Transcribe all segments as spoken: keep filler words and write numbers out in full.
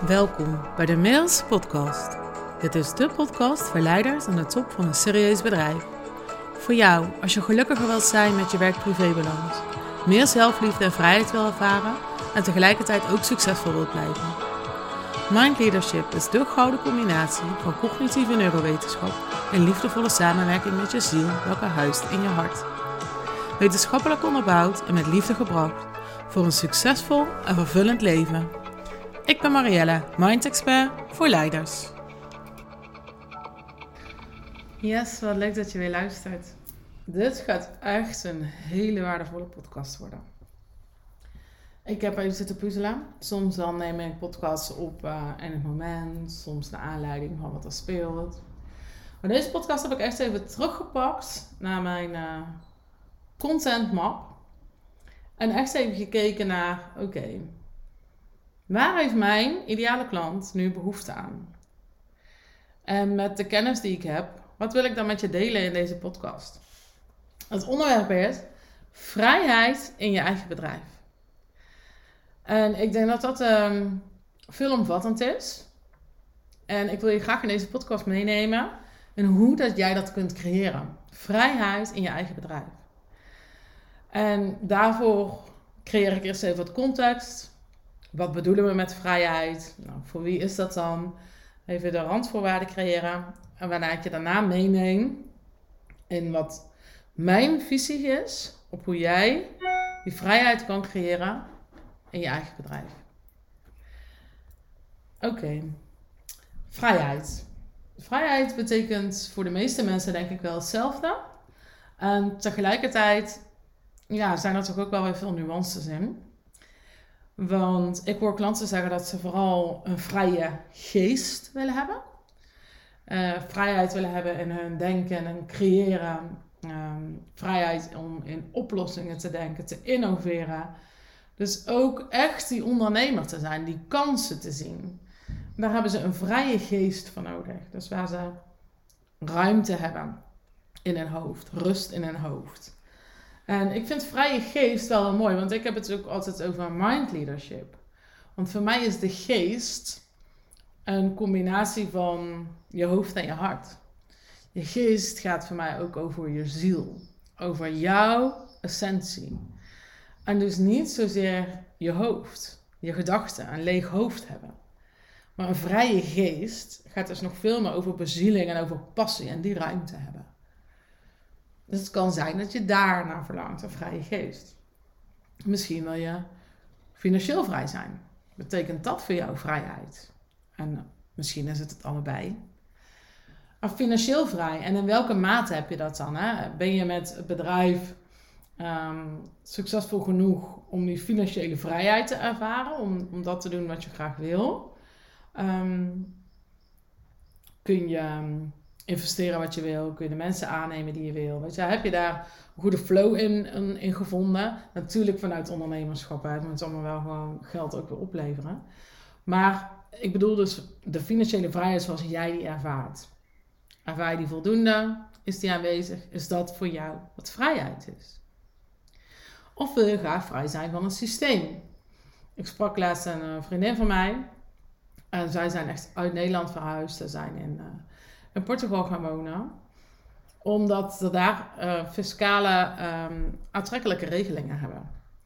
Welkom bij de Mails Podcast. Dit is de podcast voor leiders aan de top van een serieus bedrijf. Voor jou, als je gelukkiger wilt zijn met je werk-privé-balans, meer zelfliefde en vrijheid wil ervaren en tegelijkertijd ook succesvol wilt blijven. Mind Leadership is de gouden combinatie van cognitieve neurowetenschap en liefdevolle samenwerking met je ziel, welke huist in je hart. Wetenschappelijk onderbouwd en met liefde gebracht voor een succesvol en vervullend leven. Ik ben Marielle, Mind Expert voor leiders. Yes, wat leuk dat je weer luistert. Dit gaat echt een hele waardevolle podcast worden. Ik heb even zitten puzzelen. Soms dan neem ik podcasts op uh, in het moment, soms naar aanleiding van wat er speelt. Maar deze podcast heb ik echt even teruggepakt naar mijn uh, content map. En echt even gekeken naar, oké, okay, waar heeft mijn ideale klant nu behoefte aan? En met de kennis die ik heb, wat wil ik dan met je delen in deze podcast? Het onderwerp is vrijheid in je eigen bedrijf. En ik denk dat dat um, veelomvattend is. En ik wil je graag in deze podcast meenemen in hoe dat jij dat kunt creëren. Vrijheid in je eigen bedrijf. En daarvoor creëer ik eerst even wat context. Wat bedoelen we met vrijheid? Nou, voor wie is dat dan? Even de randvoorwaarden creëren. En waarna ik je daarna meeneem in wat mijn visie is op hoe jij die vrijheid kan creëren in je eigen bedrijf. Oké, okay. Vrijheid. Vrijheid betekent voor de meeste mensen denk ik wel hetzelfde. En tegelijkertijd ja, zijn er toch ook wel weer veel nuances in. Want ik hoor klanten zeggen dat ze vooral een vrije geest willen hebben. Uh, vrijheid willen hebben in hun denken en creëren. Um, vrijheid om in oplossingen te denken, te innoveren. Dus ook echt die ondernemer te zijn, die kansen te zien. Daar hebben ze een vrije geest voor nodig. Dus waar ze ruimte hebben in hun hoofd, rust in hun hoofd. En ik vind vrije geest wel heel mooi, want ik heb het ook altijd over mind leadership. Want voor mij is de geest een combinatie van je hoofd en je hart. Je geest gaat voor mij ook over je ziel, over jouw essentie. En dus niet zozeer je hoofd, je gedachten, een leeg hoofd hebben. Maar een vrije geest gaat dus nog veel meer over bezieling en over passie en die ruimte hebben. Dus het kan zijn dat je daarnaar verlangt, een vrije geest. Misschien wil je financieel vrij zijn. Betekent dat voor jou vrijheid? En misschien is het het allebei. Maar financieel vrij, en in welke mate heb je dat dan? Hè? Ben je met het bedrijf um, succesvol genoeg om die financiële vrijheid te ervaren? Om, om dat te doen wat je graag wil? Um, kun je Um, investeren wat je wil, kun je de mensen aannemen die je wil. Weet je, heb je daar een goede flow in, in, in gevonden? Natuurlijk vanuit ondernemerschap, hè. Het moet allemaal wel gewoon geld ook weer opleveren. Maar ik bedoel dus de financiële vrijheid zoals jij die ervaart. Ervaar je die voldoende? Is die aanwezig? Is dat voor jou wat vrijheid is? Of wil je graag vrij zijn van een systeem? Ik sprak laatst een vriendin van mij. En zij zijn echt uit Nederland verhuisd. Ze zijn in... Uh, in Portugal gaan wonen. Omdat ze daar uh, fiscale um, aantrekkelijke regelingen hebben.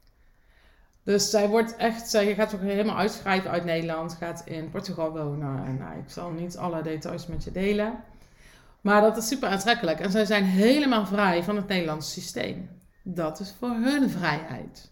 Dus zij wordt echt, zij gaat ook helemaal uitschrijven uit Nederland. Gaat in Portugal wonen. En nou, ik zal niet alle details met je delen. Maar dat is super aantrekkelijk. En zij zijn helemaal vrij van het Nederlandse systeem. Dat is voor hun vrijheid.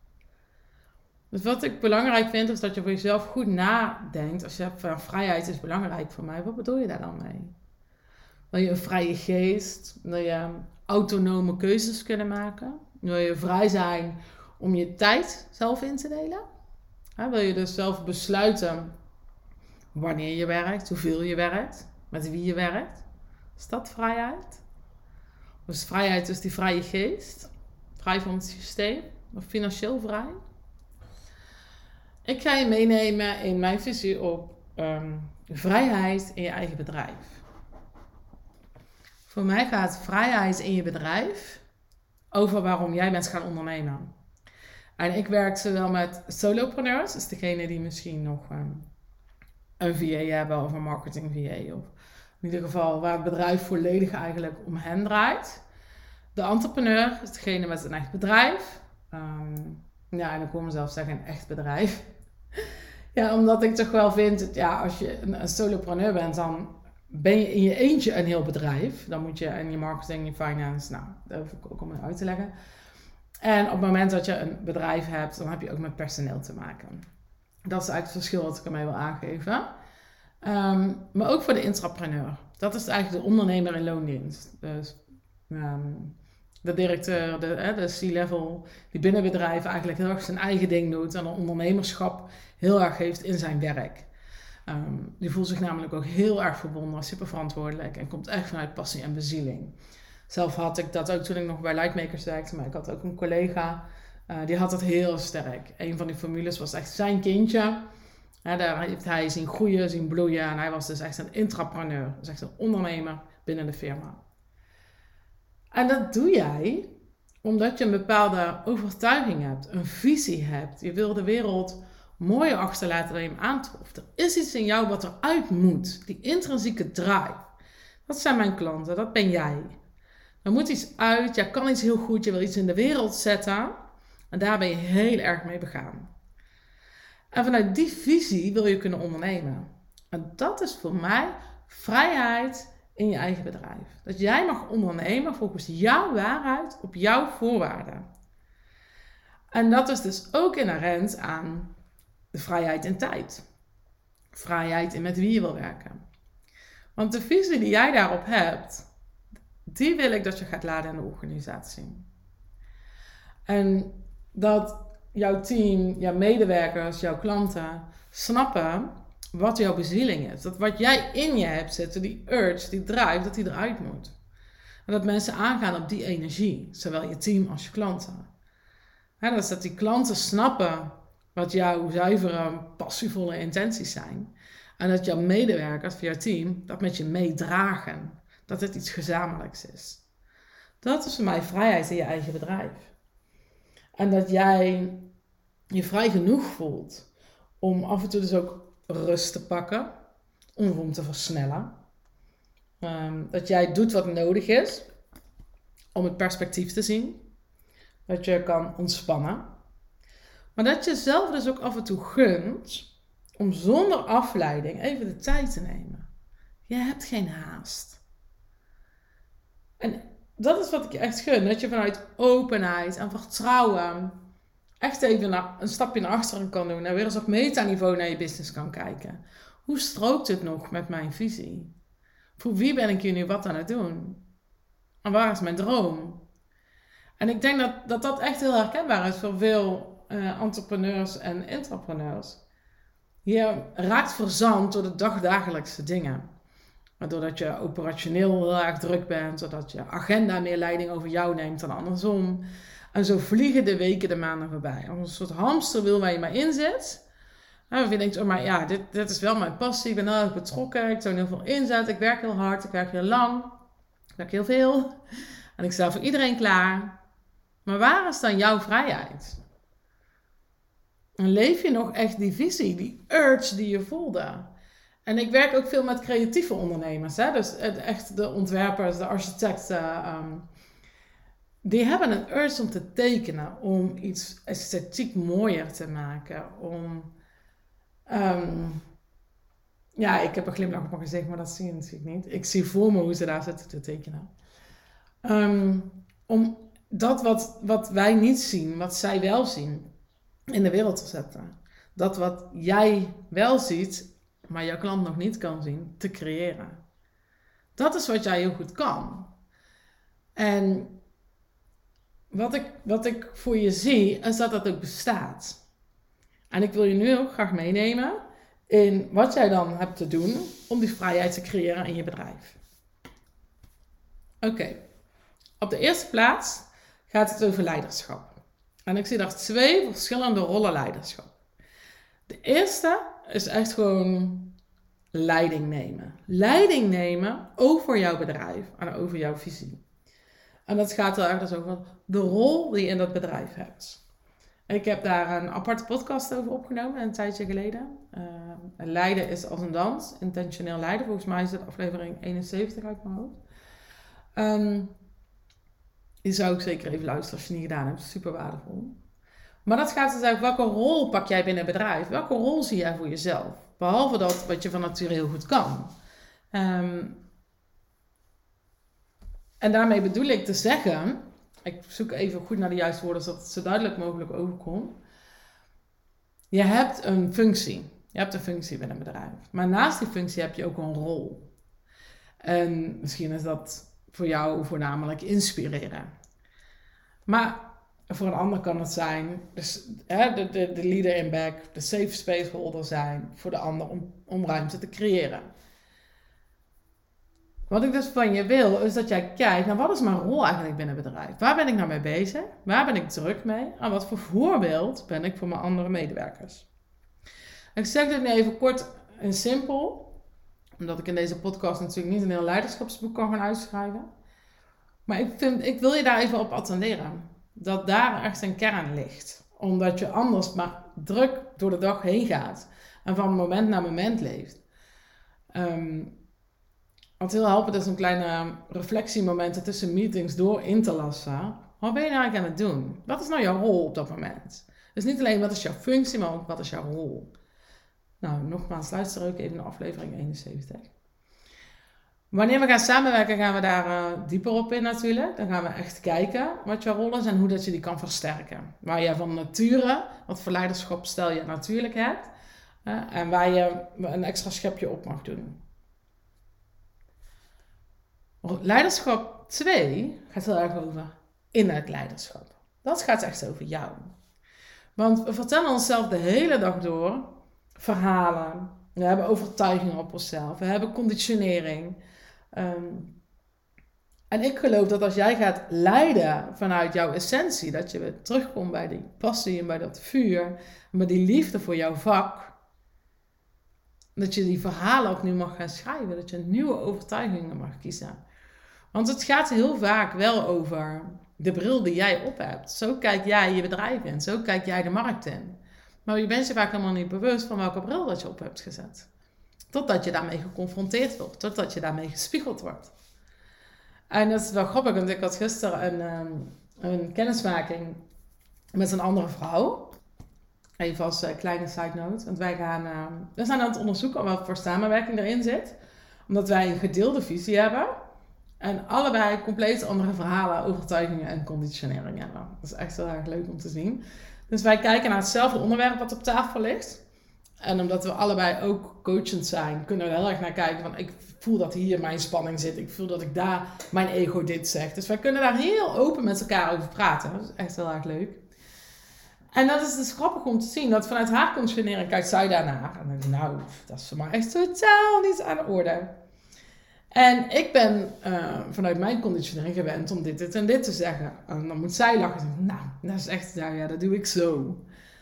Dus wat ik belangrijk vind, is dat je voor jezelf goed nadenkt. Als je hebt van vrijheid is belangrijk voor mij. Wat bedoel je daar dan mee? Wil je een vrije geest? Wil je autonome keuzes kunnen maken? Wil je vrij zijn om je tijd zelf in te delen? Ja, wil je dus zelf besluiten wanneer je werkt, hoeveel je werkt, met wie je werkt? Is dat vrijheid? Dus vrijheid is die vrije geest. Vrij van het systeem. Of financieel vrij. Ik ga je meenemen in mijn visie op um, vrijheid in je eigen bedrijf. Voor mij gaat vrijheid in je bedrijf over waarom jij bent gaan ondernemen. En ik werk zowel met solopreneurs, dus degene die misschien nog um, een V A hebben of een marketing V A. Of in ieder geval waar het bedrijf volledig eigenlijk om hen draait. De entrepreneur is degene met een echt bedrijf. Um, ja, en ik hoor mezelf zeggen een echt bedrijf. Ja, omdat ik toch wel vind, ja, als je een, een solopreneur bent, dan ben je in je eentje een heel bedrijf. Dan moet je in je marketing, je finance, nou, dat hoef ik ook om uit te leggen. En op het moment dat je een bedrijf hebt, dan heb je ook met personeel te maken. Dat is eigenlijk het verschil wat ik ermee wil aangeven. Um, maar ook voor de intrapreneur. Dat is eigenlijk de ondernemer in loondienst. Dus um, de directeur, de, hè, de C-level, die binnen bedrijven eigenlijk heel erg zijn eigen ding doet. En een ondernemerschap heel erg heeft in zijn werk. Um, die voelt zich namelijk ook heel erg verbonden, super verantwoordelijk. En komt echt vanuit passie en bezieling. Zelf had ik dat ook toen ik nog bij Lightmakers werkte. Maar ik had ook een collega, uh, die had dat heel sterk. Een van die formules was echt zijn kindje. Ja, daar heeft hij zien groeien, zien bloeien. En hij was dus echt een intrapreneur. Dus echt een ondernemer binnen de firma. En dat doe jij omdat je een bepaalde overtuiging hebt. Een visie hebt. Je wil de wereld mooier achterlaten dan je hem aantrof. Er is iets in jou wat eruit moet. Die intrinsieke drive. Dat zijn mijn klanten. Dat ben jij. Er moet iets uit. Jij kan iets heel goed. Je wil iets in de wereld zetten. En daar ben je heel erg mee begaan. En vanuit die visie wil je kunnen ondernemen. En dat is voor mij vrijheid in je eigen bedrijf. Dat jij mag ondernemen volgens jouw waarheid op jouw voorwaarden. En dat is dus ook inherent aan de vrijheid in tijd. Vrijheid in met wie je wil werken. Want de visie die jij daarop hebt, die wil ik dat je gaat laden in de organisatie. En dat jouw team, jouw medewerkers, jouw klanten snappen wat jouw bezieling is. Dat wat jij in je hebt zitten, die urge, die drive, dat die eruit moet. En dat mensen aangaan op die energie, zowel je team als je klanten. En dus dat die klanten snappen wat jouw zuivere, passievolle intenties zijn. En dat jouw medewerkers, jouw team, dat met je meedragen. Dat het iets gezamenlijks is. Dat is voor mij vrijheid in je eigen bedrijf. En dat jij je vrij genoeg voelt om af en toe dus ook rust te pakken. Om te versnellen. Um, dat jij doet wat nodig is om het perspectief te zien. Dat je kan ontspannen. Maar dat je zelf dus ook af en toe gunt om zonder afleiding even de tijd te nemen. Je hebt geen haast. En dat is wat ik je echt gun. Dat je vanuit openheid en vertrouwen echt even naar, een stapje naar achteren kan doen. En weer eens op metaniveau naar je business kan kijken. Hoe strookt het nog met mijn visie? Voor wie ben ik hier nu wat aan het doen? En waar is mijn droom? En ik denk dat dat, dat echt heel herkenbaar is voor veel uh, entrepreneurs en intrapreneurs. Je raakt verzand door de dagdagelijkse dingen. Doordat je operationeel heel erg druk bent. Doordat je agenda meer leiding over jou neemt dan andersom. En zo vliegen de weken, de maanden voorbij. Als een soort hamsterwiel waar je maar in zit. En je denkt, oh maar ja, dit, dit is wel mijn passie. Ik ben heel erg betrokken. Ik toon heel veel inzet. Ik werk heel hard. Ik werk heel lang. Ik werk heel veel. En ik sta voor iedereen klaar. Maar waar is dan jouw vrijheid? En leef je nog echt die visie, die urge die je voelde? En ik werk ook veel met creatieve ondernemers. Hè? Dus echt de ontwerpers, de architecten. Um, die hebben een urge om te tekenen. Om iets esthetiek mooier te maken. Om... Um, ja, ik heb een glimlach op mijn gezicht, maar dat zie je natuurlijk niet. Ik zie voor me hoe ze daar zitten te tekenen. Um, om dat wat, wat wij niet zien, wat zij wel zien, in de wereld te zetten. Dat wat jij wel ziet, maar jouw klant nog niet kan zien, te creëren. Dat is wat jij heel goed kan. En wat ik, wat ik voor je zie, is dat dat ook bestaat. En ik wil je nu ook graag meenemen in wat jij dan hebt te doen om die vrijheid te creëren in je bedrijf. Oké, okay. Op de eerste plaats gaat het over leiderschap. En ik zie daar twee verschillende rollen leiderschap. De eerste is echt gewoon leiding nemen. Leiding nemen over jouw bedrijf en over jouw visie. En dat gaat heel erg dus over de rol die je in dat bedrijf hebt. Ik heb daar een aparte podcast over opgenomen een tijdje geleden. Uh, leiden is als een dans. Intentioneel leiden. Volgens mij is het aflevering eenenzeventig uit mijn hoofd. Um, die zou ik zeker even luisteren als je het niet gedaan hebt. Super waardevol. Maar dat gaat dus over welke rol pak jij binnen het bedrijf? Welke rol zie jij voor jezelf? Behalve dat wat je van nature heel goed kan. Um, en daarmee bedoel ik te zeggen... Ik zoek even goed naar de juiste woorden, zodat het zo duidelijk mogelijk overkomt. Je hebt een functie. Je hebt een functie binnen een bedrijf. Maar naast die functie heb je ook een rol. En misschien is dat voor jou voornamelijk inspireren. Maar voor een ander kan het zijn, dus, hè, de, de, de leader in back, de safe space holder zijn. Voor de ander om, om ruimte te creëren. Wat ik dus van je wil, is dat jij kijkt naar wat is mijn rol eigenlijk binnen het bedrijf? Waar ben ik nou mee bezig? Waar ben ik druk mee? En wat voor voorbeeld ben ik voor mijn andere medewerkers? Ik zeg dit nu even kort en simpel. Omdat ik in deze podcast natuurlijk niet een heel leiderschapsboek kan gaan uitschrijven. Maar ik, vind, ik wil je daar even op attenderen. Dat daar echt een kern ligt. Omdat je anders maar druk door de dag heen gaat. En van moment naar moment leeft. Um, Wat heel helpend is om kleine reflectiemomenten tussen meetings door in te lassen. Wat ben je nou eigenlijk aan het doen? Wat is nou jouw rol op dat moment? Dus niet alleen wat is jouw functie, maar ook wat is jouw rol? Nou, nogmaals, luister ook even naar aflevering eenenzeventig. Wanneer we gaan samenwerken, gaan we daar uh, dieper op in natuurlijk. Dan gaan we echt kijken wat jouw rol is en hoe dat je die kan versterken. Waar je van nature, wat voor leiderschapsstijl je natuurlijk hebt. Uh, en waar je een extra schepje op mag doen. Leiderschap twee gaat heel erg over innerlijk leiderschap. Dat gaat echt over jou. Want we vertellen onszelf de hele dag door verhalen. We hebben overtuigingen op onszelf. We hebben conditionering. Um, en ik geloof dat als jij gaat leiden vanuit jouw essentie, dat je weer terugkomt bij die passie en bij dat vuur, en bij die liefde voor jouw vak, dat je die verhalen opnieuw mag gaan schrijven, dat je nieuwe overtuigingen mag kiezen. Want het gaat heel vaak wel over de bril die jij op hebt. Zo kijk jij je bedrijf in, zo kijk jij de markt in. Maar je bent je vaak helemaal niet bewust van welke bril dat je op hebt gezet. Totdat je daarmee geconfronteerd wordt, totdat je daarmee gespiegeld wordt. En dat is wel grappig, want ik had gisteren een, um, een kennismaking met een andere vrouw. Even als uh, kleine side note. Want wij gaan, uh, we zijn aan het onderzoeken wat voor samenwerking erin zit. Omdat wij een gedeelde visie hebben. En allebei compleet andere verhalen, overtuigingen en conditionering hebben. Dat is echt heel erg leuk om te zien. Dus wij kijken naar hetzelfde onderwerp wat op tafel ligt. En omdat we allebei ook coachend zijn, kunnen we er heel erg naar kijken. Van ik voel dat hier mijn spanning zit. Ik voel dat ik daar mijn ego dit zegt. Dus wij kunnen daar heel open met elkaar over praten. Dat is echt heel erg leuk. En dat is dus grappig om te zien. Dat vanuit haar conditionering kijkt zij daarnaar. En dan denk ik, nou, dat is voor mij echt totaal niet aan de orde. En ik ben uh, vanuit mijn conditionering gewend om dit, dit en dit te zeggen. En dan moet zij lachen en zeggen, nou, dat is echt, nou ja, dat doe ik zo.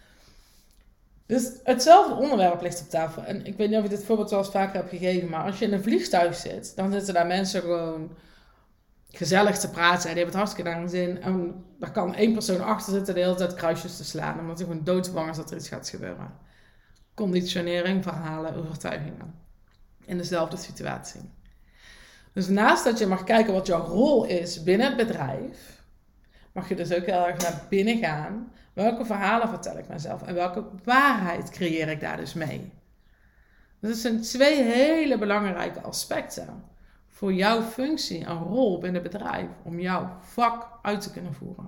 Dus hetzelfde onderwerp ligt op tafel. En ik weet niet of ik dit voorbeeld wel eens vaker heb gegeven, maar als je in een vliegtuig zit, dan zitten daar mensen gewoon gezellig te praten. En die hebben het hartstikke naar hun zin. En daar kan één persoon achter zitten de hele tijd kruisjes te slaan, omdat hij gewoon doodsbang is dat er iets gaat gebeuren. Conditionering, verhalen, overtuigingen. In dezelfde situatie. Dus naast dat je mag kijken wat jouw rol is binnen het bedrijf, mag je dus ook heel erg naar binnen gaan. Welke verhalen vertel ik mezelf en welke waarheid creëer ik daar dus mee? Dus dat zijn twee hele belangrijke aspecten voor jouw functie en rol binnen het bedrijf om jouw vak uit te kunnen voeren.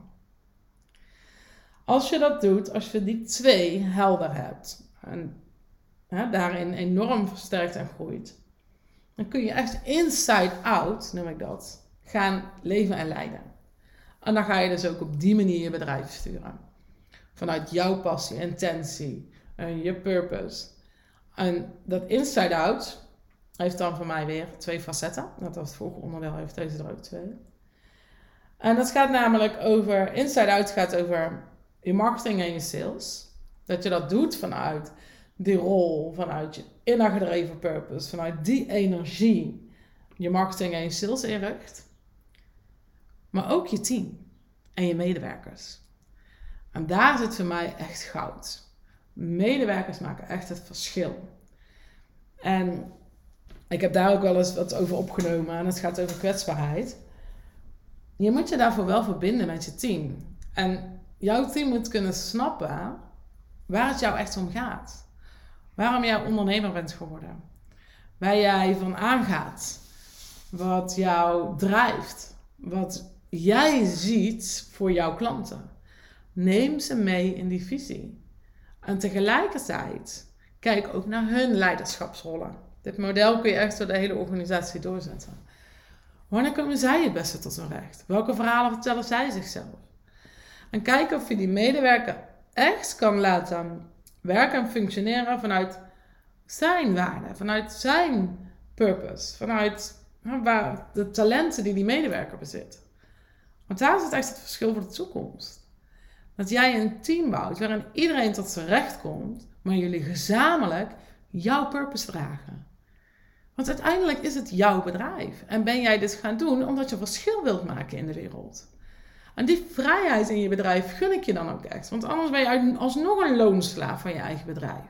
Als je dat doet, als je die twee helder hebt en hè, daarin enorm versterkt en groeit, dan kun je echt inside out, noem ik dat, gaan leven en leiden. En dan ga je dus ook op die manier je bedrijf sturen. Vanuit jouw passie, intentie, uh, je purpose. En dat inside out heeft dan voor mij weer twee facetten. Dat was het volgende onderdeel, heeft deze er ook twee. En dat gaat namelijk over, inside out gaat over je marketing en je sales. Dat je dat doet vanuit die rol, vanuit je innergedreven purpose, vanuit die energie je marketing en je sales inricht. Maar ook je team en je medewerkers. En daar zit voor mij echt goud. Medewerkers maken echt het verschil. En ik heb daar ook wel eens wat over opgenomen. En het gaat over kwetsbaarheid. Je moet je daarvoor wel verbinden met je team. En jouw team moet kunnen snappen waar het jou echt om gaat. Waarom jij ondernemer bent geworden. Waar jij van aangaat. Wat jou drijft. Wat jij ziet voor jouw klanten. Neem ze mee in die visie. En tegelijkertijd kijk ook naar hun leiderschapsrollen. Dit model kun je echt door de hele organisatie doorzetten. Wanneer komen zij het beste tot hun recht? Welke verhalen vertellen zij zichzelf? En kijk of je die medewerker echt kan laten werken en functioneren vanuit zijn waarde, vanuit zijn purpose, vanuit waar de talenten die die medewerker bezit. Want daar zit echt het verschil voor de toekomst. Dat jij een team bouwt waarin iedereen tot zijn recht komt, maar jullie gezamenlijk jouw purpose dragen. Want uiteindelijk is het jouw bedrijf. En ben jij dit gaan doen omdat je verschil wilt maken in de wereld. En die vrijheid in je bedrijf gun ik je dan ook echt. Want anders ben je alsnog een loonslaaf van je eigen bedrijf.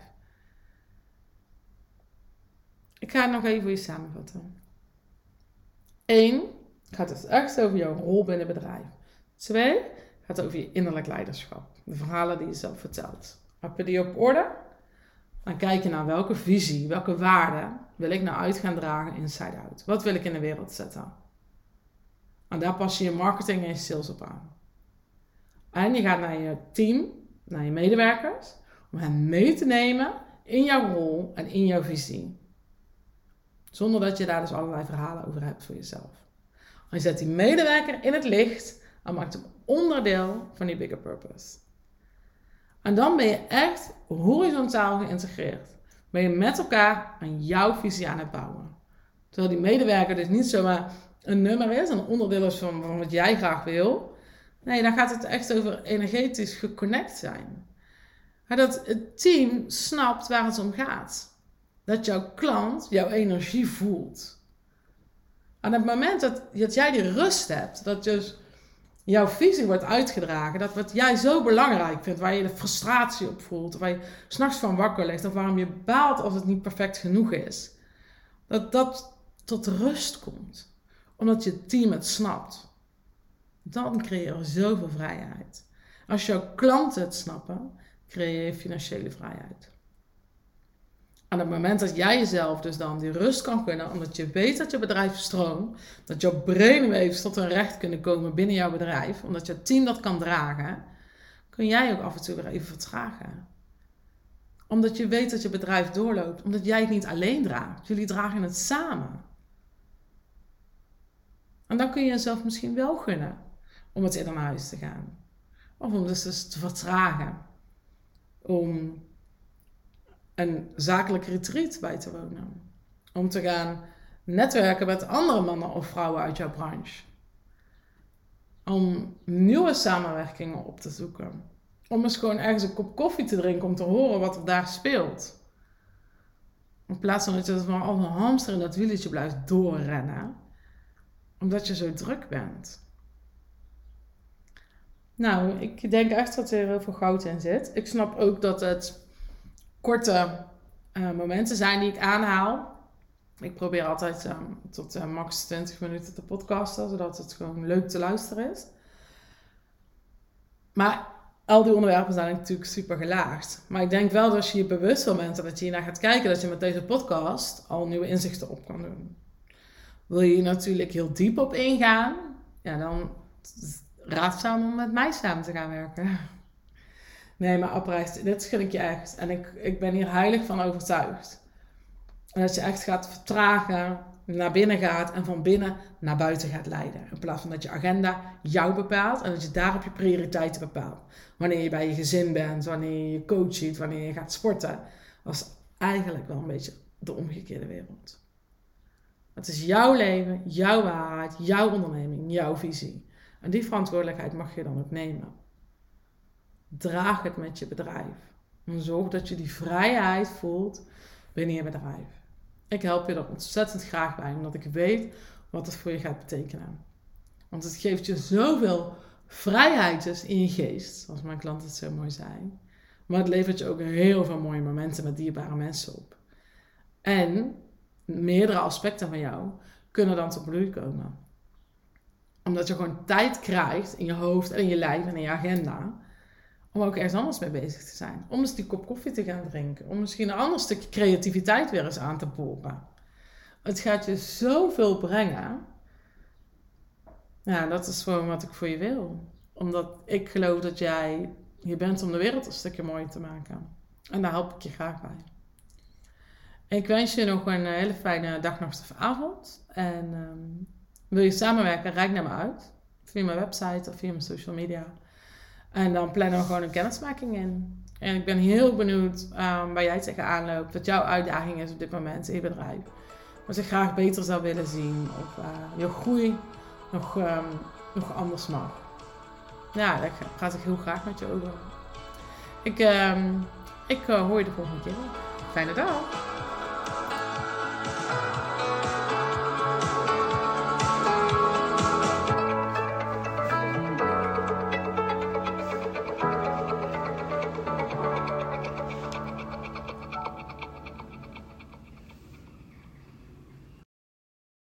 Ik ga het nog even voor je samenvatten. Eén, gaat het echt over jouw rol binnen het bedrijf. Twee, gaat het over je innerlijk leiderschap. De verhalen die je zelf vertelt. Heb je die op orde? Dan kijk je naar welke visie, welke waarden wil ik nou uit gaan dragen inside out. Wat wil ik in de wereld zetten? En daar pas je je marketing en je sales op aan. En je gaat naar je team, naar je medewerkers, om hen mee te nemen in jouw rol en in jouw visie. Zonder dat je daar dus allerlei verhalen over hebt voor jezelf. En je zet die medewerker in het licht en maakt hem onderdeel van die bigger purpose. En dan ben je echt horizontaal geïntegreerd. Ben je met elkaar aan jouw visie aan het bouwen. Terwijl die medewerker dus niet zomaar een nummer is, een onderdeel is van, van wat jij graag wil. Nee, dan gaat het echt over energetisch geconnect zijn. Maar dat het team snapt waar het om gaat. Dat jouw klant jouw energie voelt. En op het moment dat, dat jij die rust hebt, dat dus jouw visie wordt uitgedragen, dat wat jij zo belangrijk vindt, waar je de frustratie op voelt, of waar je 's nachts van wakker ligt, of waarom je baalt als het niet perfect genoeg is, dat dat tot rust komt. Omdat je team het snapt. Dan creëer je zoveel vrijheid. Als jouw klanten het snappen, creëer je financiële vrijheid. En op het moment dat jij jezelf dus dan die rust kan gunnen, omdat je weet dat je bedrijf stroomt, dat jouw brainwaves tot hun recht kunnen komen binnen jouw bedrijf, omdat je team dat kan dragen, kun jij ook af en toe weer even vertragen. Omdat je weet dat je bedrijf doorloopt, omdat jij het niet alleen draagt. Jullie dragen het samen. En dan kun je jezelf misschien wel gunnen om het eerder naar huis te gaan. Of om dus, dus te vertragen. Om een zakelijk retreat bij te wonen. Om te gaan netwerken met andere mannen of vrouwen uit jouw branche. Om nieuwe samenwerkingen op te zoeken. Om eens gewoon ergens een kop koffie te drinken om te horen wat er daar speelt. In plaats van dat je maar als een hamster in dat wieltje blijft doorrennen. Omdat je zo druk bent. Nou, ik denk echt dat er heel veel goud in zit. Ik snap ook dat het korte uh, momenten zijn die ik aanhaal. Ik probeer altijd um, tot uh, max twintig minuten te podcasten, zodat het gewoon leuk te luisteren is. Maar al die onderwerpen zijn natuurlijk super gelaagd. Maar ik denk wel dat als je je bewust van bent en dat je hiernaar gaat kijken, dat je met deze podcast al nieuwe inzichten op kan doen. Wil je hier natuurlijk heel diep op ingaan, ja, dan raadzaam om met mij samen te gaan werken. Nee, maar oprecht, dit gun ik je echt. En ik, ik ben hier heilig van overtuigd. En dat je echt gaat vertragen, naar binnen gaat en van binnen naar buiten gaat leiden. In plaats van dat je agenda jou bepaalt en dat je daarop je prioriteiten bepaalt. Wanneer je bij je gezin bent, wanneer je je coach ziet, wanneer je gaat sporten. Dat is eigenlijk wel een beetje de omgekeerde wereld. Het is jouw leven, jouw waarheid, jouw onderneming, jouw visie. En die verantwoordelijkheid mag je dan ook nemen. Draag het met je bedrijf. En zorg dat je die vrijheid voelt binnen je bedrijf. Ik help je er ontzettend graag bij, omdat ik weet wat het voor je gaat betekenen. Want het geeft je zoveel Vrijheid dus in je geest, zoals mijn klant het zo mooi zei. Maar het levert je ook heel veel mooie momenten met dierbare mensen op. En meerdere aspecten van jou kunnen dan tot bloei komen. Omdat je gewoon tijd krijgt in je hoofd en in je lijf en in je agenda. Om ook ergens anders mee bezig te zijn. Om eens die kop koffie te gaan drinken. Om misschien een ander stukje creativiteit weer eens aan te boren. Het gaat je zoveel brengen. Ja, dat is gewoon wat ik voor je wil. Omdat ik geloof dat jij hier bent om de wereld een stukje mooier te maken. En daar help ik je graag bij. Ik wens je nog een hele fijne dag, nacht of avond. En um, wil je samenwerken, reik naar me uit. Via mijn website of via mijn social media. En dan plannen we gewoon een kennismaking in. En ik ben heel benieuwd um, waar jij tegenaan loopt. Wat jouw uitdaging is op dit moment in je bedrijf. Wat je graag beter zou willen zien. Of uh, je groei nog, um, nog anders mag. Ja, daar praat ik heel graag met je over. Ik, um, ik uh, hoor je de volgende keer. Fijne dag!